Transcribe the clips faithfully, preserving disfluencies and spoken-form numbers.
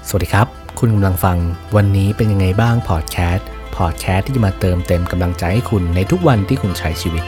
สวัสดีครับคุณกำลังฟังวันนี้เป็นยังไงบ้างพอดแคสต์พอดแคสต์ที่จะมาเติมเต็มกำลังใจให้คุณในทุกวันที่คุณใช้ชีวิต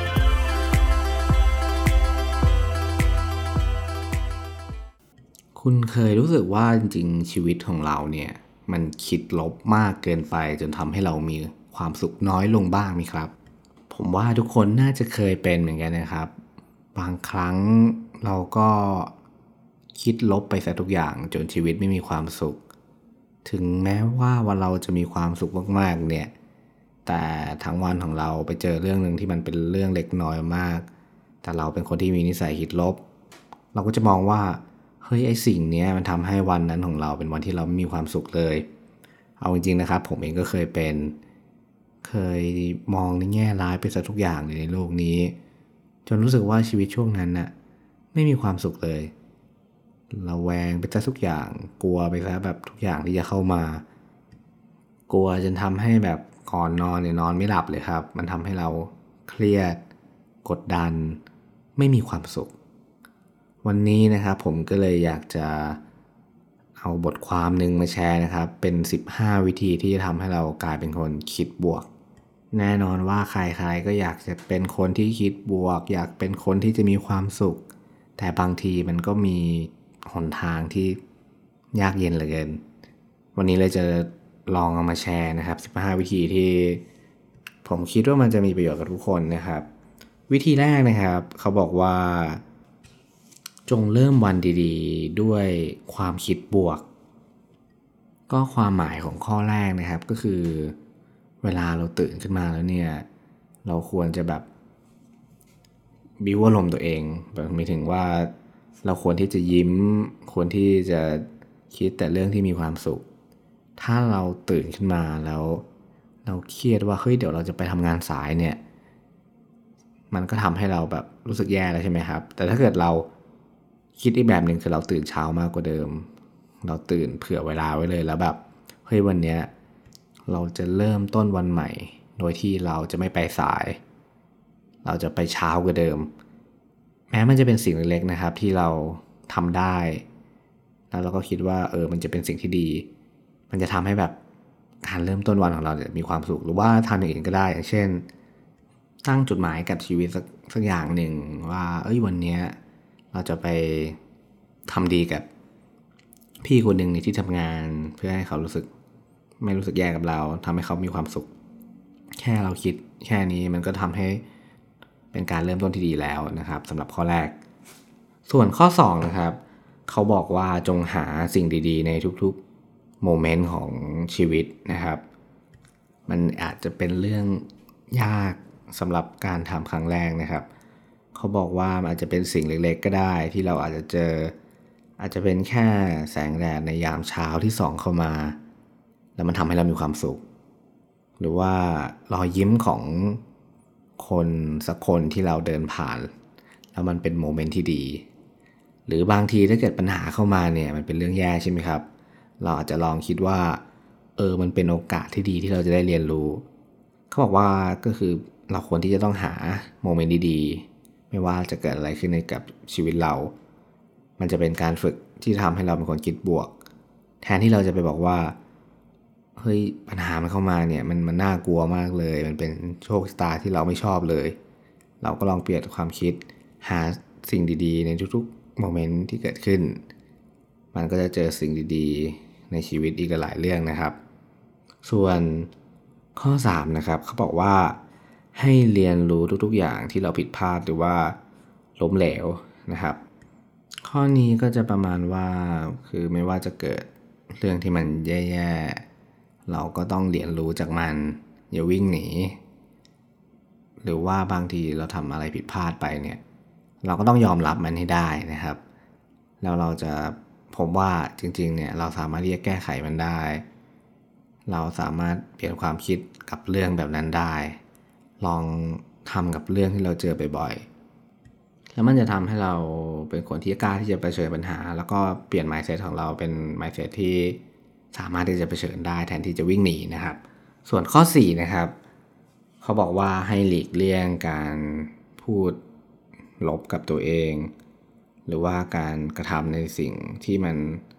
คุณเคยรู้สึกว่าจริงๆชีวิตของเราเนี่ยมันคิดลบมากเกินไปจนทำให้เรามีความสุขน้อยลงบ้างไหมครับผมว่าทุกคนน่าจะเคยเป็นเหมือนกันนะครับบางครั้งเราก็คิดลบไปซะทุกอย่างจนชีวิตไม่มีความสุขถึงแม้ว่าวันเราจะมีความสุขมากๆเนี่ยแต่ทั้งวันของเราไปเจอเรื่องนึงที่มันเป็นเรื่องเล็กน้อยมากแต่เราเป็นคนที่มีนิสัยคิดลบเราก็จะมองว่าเฮ้ยไอ้สิ่งนี้มันทำให้วันนั้นของเราเป็นวันที่เราไม่มีความสุขเลยเอาจริงๆนะครับผมเองก็เคยเป็นเคยมองในแง่ร้ายไปซะทุกอย่างเลยในโลกนี้จนรู้สึกว่าชีวิตช่วงนั้นน่ะไม่มีความสุขเลยระแวงไปซะทุกอย่างกลัวไปซะแบบทุกอย่างที่จะเข้ามากลัวจนทำให้แบบก่อนนอนเนี่ยนอนไม่หลับเลยครับมันทำให้เราเครียดกดดันไม่มีความสุขวันนี้นะครับผมก็เลยอยากจะเอาบทความหนึ่งมาแชร์นะครับเป็นสิบห้าวิธีที่จะทำให้เรากลายเป็นคนคิดบวกแน่นอนว่าใครๆก็อยากจะเป็นคนที่คิดบวกอยากเป็นคนที่จะมีความสุขแต่บางทีมันก็มีหนทางที่ยากเย็นเหลือเกินวันนี้เลยจะลองเอามาแชร์นะครับสิบห้าวิธีที่ผมคิดว่ามันจะมีประโยชน์กับทุกคนนะครับวิธีแรกนะครับเขาบอกว่าจงเริ่มวันดีๆด้วยความคิดบวกก็ความหมายของข้อแรกนะครับก็คือเวลาเราตื่นขึ้นมาแล้วเนี่ยเราควรจะแบบบิ้วอารมณ์ตัวเองแบบหมายถึงว่าเราควรที่จะยิ้มควรที่จะคิดแต่เรื่องที่มีความสุขถ้าเราตื่นขึ้นมาแล้วเราเครียดว่าเฮ้ยเดี๋ยวเราจะไปทำงานสายเนี่ยมันก็ทำให้เราแบบรู้สึกแย่แล้วใช่ไหมครับแต่ถ้าเกิดเราคิดอีกแบบหนึ่งคือเราตื่นเช้ามากกว่าเดิมเราตื่นเผื่อเวลาไว้เลยแล้วแบบเฮ้ยวันนี้เราจะเริ่มต้นวันใหม่โดยที่เราจะไม่ไปสายเราจะไปเช้ากว่าเดิมแม้มันจะเป็นสิ่งเล็กๆนะครับที่เราทำได้แล้วเราก็คิดว่าเออมันจะเป็นสิ่งที่ดีมันจะทำให้แบบการเริ่มต้นวันของเราจะมีความสุขหรือว่าทำอย่างอื่นก็ได้อย่างเช่นตั้งจุดหมายกับชีวิตสักสักอย่างหนึ่งว่าเอ้ยวันนี้เราจะไปทำดีกับพี่คนหนึ่งในที่ทำงานเพื่อให้เขารู้สึกไม่รู้สึกแย่กับเราทำให้เขามีความสุขแค่เราคิดแค่นี้มันก็ทำให้เป็นการเริ่มต้นที่ดีแล้วนะครับสำหรับข้อแรกส่วนข้อสองนะครับเขาบอกว่าจงหาสิ่งดีๆในทุกๆโมเมนต์ของชีวิตนะครับมันอาจจะเป็นเรื่องยากสำหรับการทำครั้งแรกนะครับเขาบอกว่ามันอาจจะเป็นสิ่งเล็กๆก็ได้ที่เราอาจจะเจออาจจะเป็นแค่แสงแดดในยามเช้าที่ส่องเข้ามาแล้วมันทำให้เรามีความสุขหรือว่ารอยยิ้มของคนสักคนที่เราเดินผ่านแล้วมันเป็นโมเมนต์ที่ดีหรือบางทีถ้าเกิดปัญหาเข้ามาเนี่ยมันเป็นเรื่องแย่ใช่ไหมครับเราอาจจะลองคิดว่าเออมันเป็นโอกาสที่ดีที่เราจะได้เรียนรู้เขาบอกว่าก็คือเราควรที่จะต้องหาโมเมนต์ดีๆไม่ว่าจะเกิดอะไรขึ้นในกับชีวิตเรามันจะเป็นการฝึกที่ทำให้เราเป็นคนคิดบวกแทนที่เราจะไปบอกว่าเฮ้ยปัญหามันเข้ามาเนี่ยมันมันน่ากลัวมากเลยมันเป็นโชคชะตาที่เราไม่ชอบเลยเราก็ลองเปลี่ยนความคิดหาสิ่งดีๆในทุกๆโมเมนต์ที่เกิดขึ้นมันก็จะเจอสิ่งดีๆในชีวิตอีกหลายเรื่องนะครับส่วนข้อสามนะครับเขาบอกว่าให้เรียนรู้ทุกๆอย่างที่เราผิดพลาดหรือว่าล้มเหลวนะครับข้อนี้ก็จะประมาณว่าคือไม่ว่าจะเกิดเรื่องที่มันแย่ๆเราก็ต้องเรียนรู้จากมันอย่าวิ่งหนีหรือว่าบางทีเราทำอะไรผิดพลาดไปเนี่ยเราก็ต้องยอมรับมันให้ได้นะครับแล้วเราจะผมว่าจริงๆเนี่ยเราสามารถที่จะแก้ไขมันได้เราสามารถเปลี่ยนความคิดกับเรื่องแบบนั้นได้ลองทำกับเรื่องที่เราเจอบ่อยๆแล้วมันจะทำให้เราเป็นคนที่กล้าที่จะเผชิญปัญหาแล้วก็เปลี่ยน mindset ของเราเป็น mindset ที่สามารถที่จะเผชิญได้แทนที่จะวิ่งหนีนะครับส่วนข้อสี่นะครับเขาบอกว่าให้หลีกเลี่ยงการพูดลบกับตัวเองหรือว่าการกระทำในสิ่งที่มัน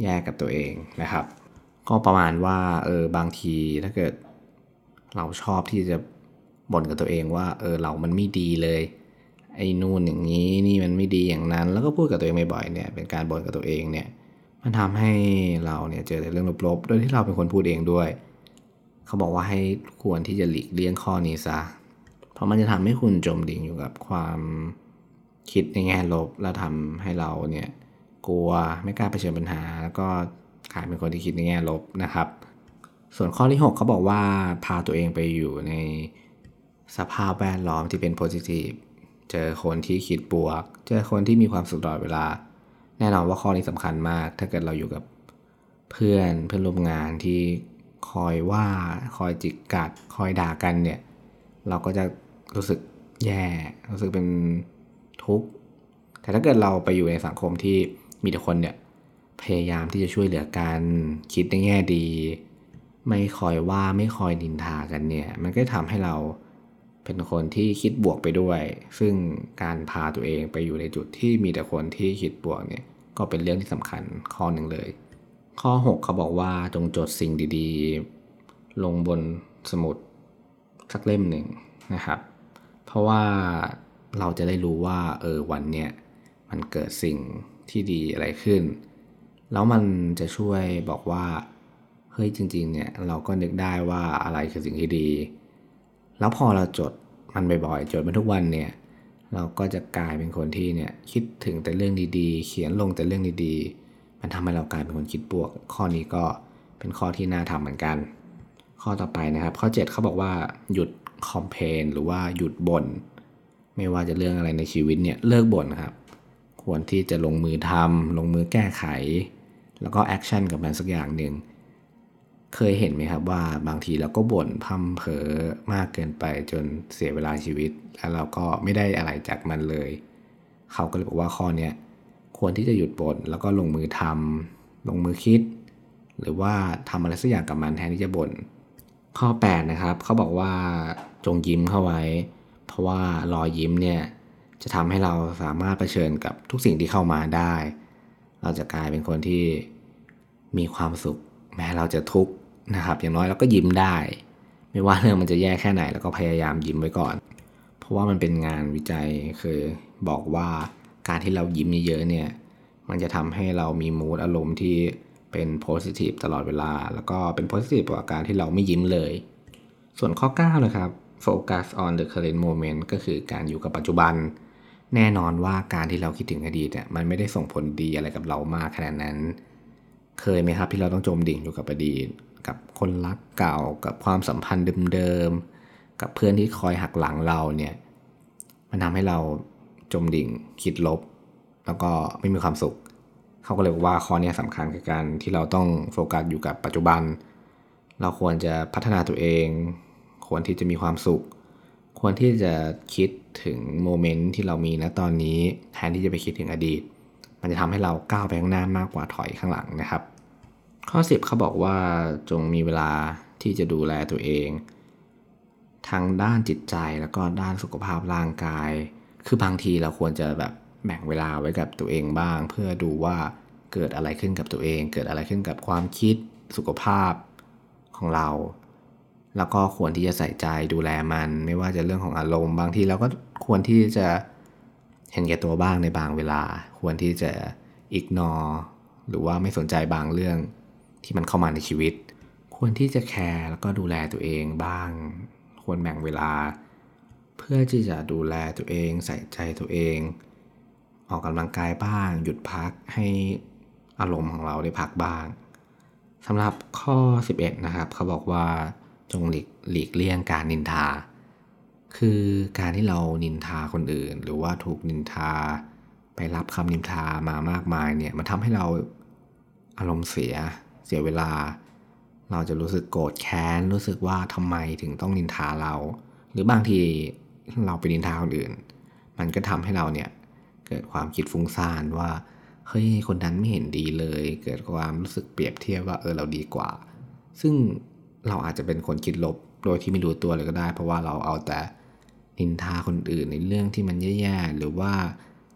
แย่กับตัวเองนะครับก็ประมาณว่าเออบางทีถ้าเกิดเราชอบที่จะบ่นกับตัวเองว่าเออเรามันไม่ดีเลยไอ้นู่นอย่างนี้นี่มันไม่ดีอย่างนั้นแล้วก็พูดกับตัวเองบ่อยๆเนี่ยเป็นการบ่นกับตัวเองเนี่ยมันทำให้เราเนี่ยเจอแต่เรื่องลบๆโดยที่เราเป็นคนพูดเองด้วยเขาบอกว่าให้ควรที่จะหลีกเลี่ยงข้อนี้ซะเพราะมันจะทำให้คุณจมดิ่งอยู่กับความคิดในแง่ลบแล้วทำให้เราเนี่ยกลัวไม่กล้าเผชิญปัญหาแล้วก็กลายเป็นคนที่คิดในแง่ลบนะครับส่วนข้อที่หกเขาบอกว่าพาตัวเองไปอยู่ในสภาพแวดล้อมที่เป็น positive เจอคนที่คิดบวกเจอคนที่มีความสุขตลอดเวลาแน่นอนว่าข้อนี้สำคัญมากถ้าเกิดเราอยู่กับเพื่อนเพื่อนร่วมงานที่คอยว่าคอยจิกกัดคอยด่ากันเนี่ยเราก็จะรู้สึกแย่รู้สึกเป็นทุกข์แต่ถ้าเกิดเราไปอยู่ในสังคมที่มีแต่คนเนี่ยพยายามที่จะช่วยเหลือกันคิดในแง่ดีไม่คอยว่าไม่คอยนินทากันเนี่ยมันก็ทำให้เราเป็นคนที่คิดบวกไปด้วยซึ่งการพาตัวเองไปอยู่ในจุดที่มีแต่คนที่คิดบวกเนี่ยก็เป็นเรื่องที่สำคัญข้อหนึ่งเลยข้อหกเขาบอกว่าจงจดสิ่งดีๆลงบนสมุดสักเล่มหนึ่งนะครับเพราะว่าเราจะได้รู้ว่าเออวันเนี้ยมันเกิดสิ่งที่ดีอะไรขึ้นแล้วมันจะช่วยบอกว่าเฮ้ยจริงๆเนี่ยเราก็นึกได้ว่าอะไรคือสิ่งที่ดีแล้วพอเราจดมันบ่อยๆจดมันทุกวันเนี่ยเราก็จะกลายเป็นคนที่เนี่ยคิดถึงแต่เรื่องดีๆเขียนลงแต่เรื่องดีๆมันทำให้เรากลายเป็นคนคิดบวกข้อนี้ก็เป็นข้อที่น่าทำเหมือนกันข้อต่อไปนะครับข้อเจ็ดเขาบอกว่าหยุดคอมเพลนหรือว่าหยุดบ่นไม่ว่าจะเรื่องอะไรในชีวิตเนี่ยเลิกบ่นครับควรที่จะลงมือทำลงมือแก้ไขแล้วก็แอคชั่นกับมันสักอย่างหนึ่งเคยเห็นไหมครับว่าบางทีเราก็บ่นพร่ำเพ้อมากเกินไปจนเสียเวลาชีวิตแล้วเราก็ไม่ได้อะไรจากมันเลยเขาก็เลยบอกว่าข้อเนี้ยควรที่จะหยุดบ่นแล้วก็ลงมือทำลงมือคิดหรือว่าทำอะไรสักอย่างกับมันแทนที่จะบ่นข้อแปดนะครับเขาบอกว่าจงยิ้มเข้าไว้เพราะว่ารอยยิ้มเนี่ยจะทำให้เราสามารถเผชิญกับทุกสิ่งที่เข้ามาได้เราจะกลายเป็นคนที่มีความสุขแม้เราจะทุกข์นะครับอย่างน้อยเราก็ยิ้มได้ไม่ว่าเรื่องมันจะแย่แค่ไหนแล้วก็พยายามยิ้มไว้ก่อนเพราะว่ามันเป็นงานวิจัยคือบอกว่าการที่เรายิ้มเยอะๆเนี่ยมันจะทำให้เรามีมูดอารมณ์ที่เป็น positive ตลอดเวลาแล้วก็เป็น positive กว่าการที่เราไม่ยิ้มเลยส่วนข้อเก้านะครับ focus on the current moment ก็คือการอยู่กับปัจจุบันแน่นอนว่าการที่เราคิดถึงอดีตเนี่ยมันไม่ได้ส่งผลดีอะไรกับเรามากขนาดนั้นเคยไหมครับที่เราต้องจมดิ่งอยู่กับอดีตกับคนรักเก่ากับความสัมพันธ์เดิมๆกับเพื่อนที่คอยหักหลังเราเนี่ยมันทำให้เราจมดิ่งคิดลบแล้วก็ไม่มีความสุขเขาก็เลยบอกว่าข้อนี้สำคัญคือการที่เราต้องโฟกัสอยู่กับปัจจุบันเราควรจะพัฒนาตัวเองควรที่จะมีความสุขควรที่จะคิดถึงโมเมนต์ที่เรามีณตอนนี้แทนที่จะไปคิดถึงอดีตมันจะทำให้เราก้าวไปข้างหน้ามากกว่าถอยข้างหลังนะครับข้อสิบเขาบอกว่าจงมีเวลาที่จะดูแลตัวเองทั้งด้านจิตใจแล้วก็ด้านสุขภาพร่างกายคือบางทีเราควรจะแบบแบ่งเวลาไว้กับตัวเองบ้างเพื่อดูว่าเกิดอะไรขึ้นกับตัวเองเกิดอะไรขึ้นกับความคิดสุขภาพของเราแล้วก็ควรที่จะใส่ใจดูแลมันไม่ว่าจะเรื่องของอารมณ์บางทีเราก็ควรที่จะเห็นแก่ตัวบ้างในบางเวลาควรที่จะ ignore หรือว่าไม่สนใจบางเรื่องที่มันเข้ามาในชีวิตควรที่จะแคร์แล้วก็ดูแลตัวเองบ้างควรแบ่งเวลาเพื่อที่จะดูแลตัวเองใส่ใจตัวเองออกกำลังกายบ้างหยุดพักให้อารมณ์ของเราได้พักบ้างสำหรับข้อสิบเอ็ดนะครับเขาบอกว่าจงหลีกหลีกเลี่ยงการนินทาคือการที่เรานินทาคนอื่นหรือว่าถูกนินทาไปรับคำนินทามามากมายเนี่ยมันทำให้เราอารมณ์เสียเสียเวลาเราจะรู้สึกโกรธแค้นรู้สึกว่าทำไมถึงต้องนินทาเราหรือบางทีเราไปนินทาคนอื่นมันก็ทำให้เราเนี่ยเกิดความคิดฟุ้งซ่านว่าเฮ้ยคนนั้นไม่เห็นดีเลยเกิดความรู้สึกเปรียบเทียบว่าเออเราดีกว่าซึ่งเราอาจจะเป็นคนคิดลบโดยที่ไม่รู้ตัวเลยก็ได้เพราะว่าเราเอาแต่นินทาคนอื่นในเรื่องที่มันแย่ๆหรือว่า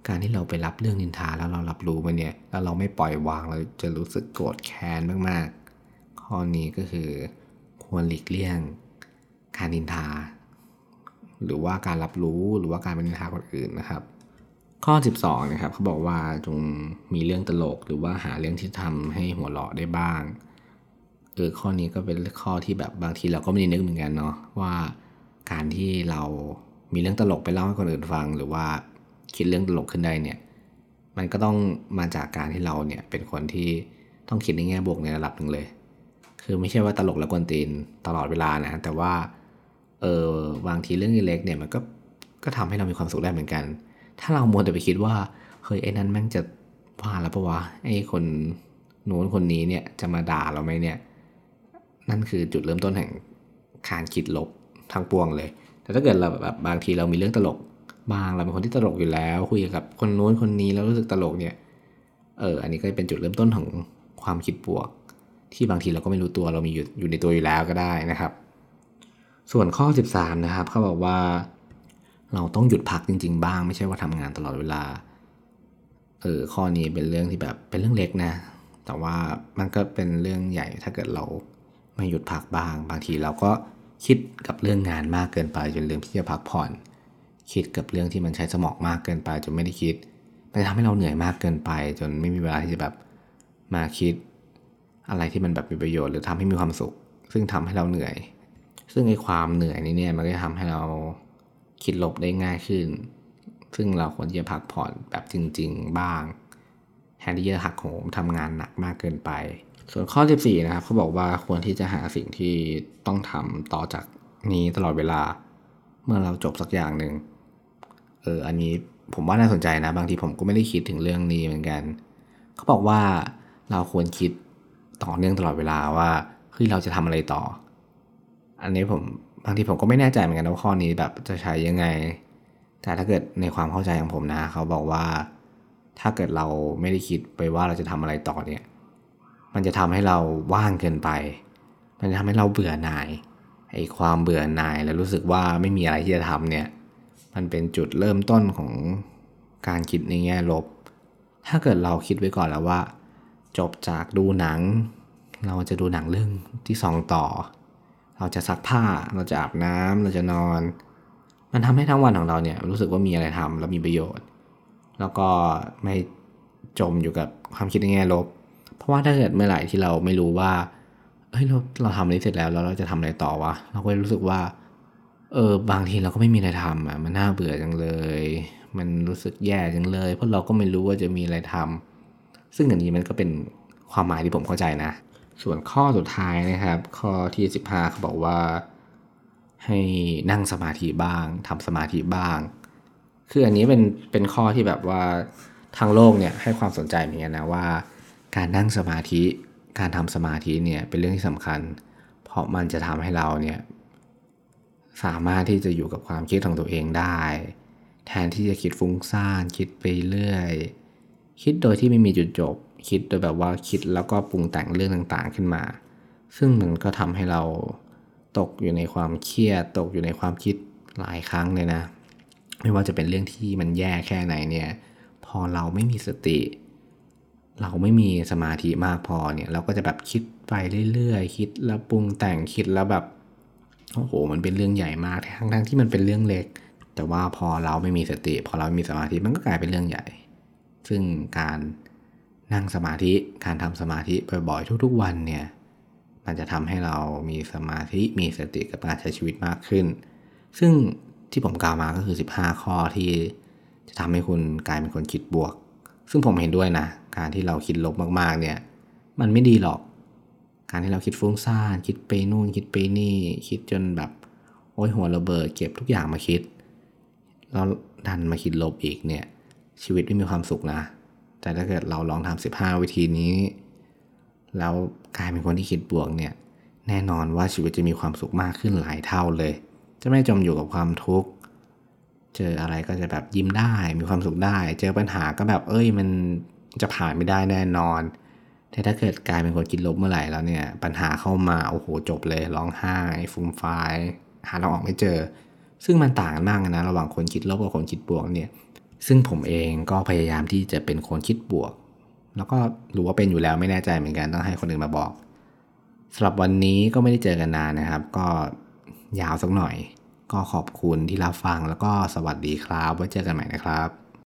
การที่เราไปรับเรื่องนินทาแล้วเรารับรู้มันเนี่ยแล้วเราไม่ปล่อยวางเราจะรู้สึกโกรธแค้นมากๆข้อนี้ก็คือควรหลีกเลี่ยงการนินทาหรือว่าการรับรู้หรือว่าการเป็นนินทาคนอื่นนะครับข้อสิบสองนะครับเขาบอกว่าจงมีเรื่องตลกหรือว่าหาเรื่องที่ทำให้หัวเราะได้บ้างเออข้อนี้ก็เป็นข้อที่แบบบางทีเราก็ไม่ได้นึกเหมือนกันเนาะว่าการที่เรามีเรื่องตลกไปเล่าให้คนอื่นฟังหรือว่าคิดเรื่องตลกขึ้นได้เนี่ยมันก็ต้องมาจากการที่เราเนี่ยเป็นคนที่ต้องคิดในแง่บวกในระดับหนึ่งเลยคือไม่ใช่ว่าตลกแล้วกวนตีนตลอดเวลานะแต่ว่าเออบางทีเรื่องเล็กๆเนี่ยมันก็ก็ทำให้เรามีความสุขได้เหมือนกันถ้าเรามัวแต่ไปคิดว่าเฮ้ยไอ้นั้นแม่งจะว่าแล้วปะวะไอ้คนนู้นคนนี้เนี่ยจะมาด่าเราไหมเนี่ยนั่นคือจุดเริ่มต้นแห่งการคิดลบทั้งปวงเลยแต่ถ้าเกิดเราแบบบางทีเรามีเรื่องตลกบางเราเป็นคนที่ตลกอยู่แล้วคุยกับคนนู้นคนนี้แล้วรู้สึกตลกเนี่ยเอออันนี้ก็เป็นจุดเริ่มต้นของความคิดบวกที่บางทีเราก็ไม่รู้ตัวเรามีอยู่อยู่ในตัวอยู่แล้วก็ได้นะครับส่วนข้อสิบสามนะครับเขาบอกว่าเราต้องหยุดพักจริงๆบ้างไม่ใช่ว่าทำงานตลอดเวลาเออข้อนี้เป็นเรื่องที่แบบเป็นเรื่องเล็กนะแต่ว่ามันก็เป็นเรื่องใหญ่ถ้าเกิดเราไม่หยุดพักบ้างบางทีเราก็คิดกับเรื่องงานมากเกินไปจนลืมที่จะพักผ่อนคิดกับเรื่องที่มันใช้สมองมากเกินไปจนไม่ได้คิดมันจะทำให้เราเหนื่อยมากเกินไปจนไม่มีเวลาที่จะแบบมาคิดอะไรที่มันแบบมีประโยชน์หรือทำให้มีความสุขซึ่งทำให้เราเหนื่อยซึ่งไอ้ความเหนื่อยนี้เนี่ยมันก็จะทำให้เราคิดลบได้ง่ายขึ้นซึ่งเราควรที่จะพักผ่อนแบบจริงๆบ้างแทนที่จะหักโหมทำงานหนักมากเกินไปส่วนข้อสิบสี่นะครับเขาบอกว่าควรที่จะหาสิ่งที่ต้องทำต่อจากนี้ตลอดเวลาเมื่อเราจบสักอย่างหนึ่งเอออันนี้ผมว่าน่าสนใจนะบางทีผมก็ไม่ได้คิดถึงเรื่องนี้เหมือนกันเขาบอกว่าเราควรคิดต่อเนื่องตลอดเวลาว่าเฮ้ยเราจะทำอะไรต่ออันนี้ผมบางทีผมก็ไม่แน่ใจเหมือนกันว่าข้อนี้แบบจะใช้ยังไงแต่ถ้าเกิดในความเข้าใจของผมนะเขาบอกว่าถ้าเกิดเราไม่ได้คิดไปว่าเราจะทำอะไรต่อเนี่ยมันจะทำให้เราว่างเกินไปมันจะทำให้เราเบื่อหน่ายไอ้ความเบื่อหน่ายแล้วรู้สึกว่าไม่มีอะไรที่จะทำเนี่ยมันเป็นจุดเริ่มต้นของการคิดในแง่ลบถ้าเกิดเราคิดไว้ก่อนแล้วว่าจบจากดูหนังเราจะดูหนังเรื่องที่สองต่อเราจะซักผ้าเราจะอาบน้ำเราจะนอนมันทำให้ทั้งวันของเราเนี่ยรู้สึกว่ามีอะไรทำแล้วมีประโยชน์แล้วก็ไม่จมอยู่กับความคิดในแง่ลบเพราะว่าถ้าเกิดเมื่อไหร่ที่เราไม่รู้ว่าเฮ้ยเราเราทำนี้เสร็จแล้วแล้วเราจะทำอะไรต่อวะเราก็รู้สึกว่าเออบางทีเราก็ไม่มีอะไรทำอ่ะมันน่าเบื่อจังเลยมันรู้สึกแย่จังเลยเพราะเราก็ไม่รู้ว่าจะมีอะไรทำซึ่งอันนี้มันก็เป็นความหมายที่ผมเข้าใจนะส่วนข้อสุดท้ายนะครับข้อที่สิบห้าเขาบอกว่าให้นั่งสมาธิบ้างทำสมาธิบ้างคืออันนี้เป็นเป็นข้อที่แบบว่าทางโลกเนี่ยให้ความสนใจเหมือนกันนะว่าการนั่งสมาธิการทำสมาธิเนี่ยเป็นเรื่องที่สำคัญเพราะมันจะทำให้เราเนี่ยสามารถที่จะอยู่กับความคิดของตัวเองได้แทนที่จะคิดฟุ้งซ่านคิดไปเรื่อยคิดโดยที่ไม่มีจุดจบคิดโดยแบบว่าคิดแล้วก็ปรุงแต่งเรื่องต่างๆขึ้นมาซึ่งมันก็ทำให้เราตกอยู่ในความเครียดตกอยู่ในความคิดหลายครั้งเลยนะไม่ว่าจะเป็นเรื่องที่มันแย่แค่ไหนเนี่ยพอเราไม่มีสติเราไม่มีสมาธิมากพอเนี่ยเราก็จะแบบคิดไปเรื่อยๆคิดแล้วปรุงแต่งคิดแล้วแบบโอ้โหมันเป็นเรื่องใหญ่มากทั้งๆที่มันเป็นเรื่องเล็กแต่ว่าพอเราไม่มีสติพอเราไม่มีสมาธิมันก็กลายเป็นเรื่องใหญ่ซึ่งการนั่งสมาธิการทำสมาธิบ่อยๆทุกๆวันเนี่ยมันจะทำให้เรามีสมาธิมีสติกับการใช้ชีวิตมากขึ้นซึ่งที่ผมกล่าวมาก็คือสิบห้าข้อที่จะทำให้คุณกลายเป็นคนคิดบวกซึ่งผมเห็นด้วยนะการที่เราคิดลบมากๆเนี่ยมันไม่ดีหรอกการที่เราคิดฟุ้งซ่านคิดไปนู่นคิดไปนี่คิดจนแบบโอ๊ยหัวระเบิดเก็บทุกอย่างมาคิดแล้วดันมาคิดลบอีกเนี่ยชีวิตไม่มีความสุขนะแต่ถ้าเกิดเราลองทำสิบห้าวิธีนี้แล้วกลายเป็นคนที่คิดบวกเนี่ยแน่นอนว่าชีวิตจะมีความสุขมากขึ้นหลายเท่าเลยจะไม่จมอยู่กับความทุกข์เจออะไรก็จะแบบยิ้มได้มีความสุขได้เจอปัญหาก็แบบเอ้ยมันจะผ่านไม่ได้แน่นอนแต่ถ้าเกิดกลายเป็นคนคิดลบเมื่อไหร่แล้วเนี่ยปัญหาเข้ามาโอ้โหจบเลยร้องไห้ฟูมฟายหาทางออกไม่เจอซึ่งมันต่างกันมากนะระหว่างคนคิดลบกับคนคิดบวกเนี่ยซึ่งผมเองก็พยายามที่จะเป็นคนคิดบวกแล้วก็รู้ว่าเป็นอยู่แล้วไม่แน่ใจเหมือนกันต้องให้คนอื่นมาบอกสำหรับวันนี้ก็ไม่ได้เจอกันนานนะครับก็ยาวสักหน่อยก็ขอบคุณที่รับฟังแล้วก็สวัสดีครับไว้เจอกันใหม่นะครับ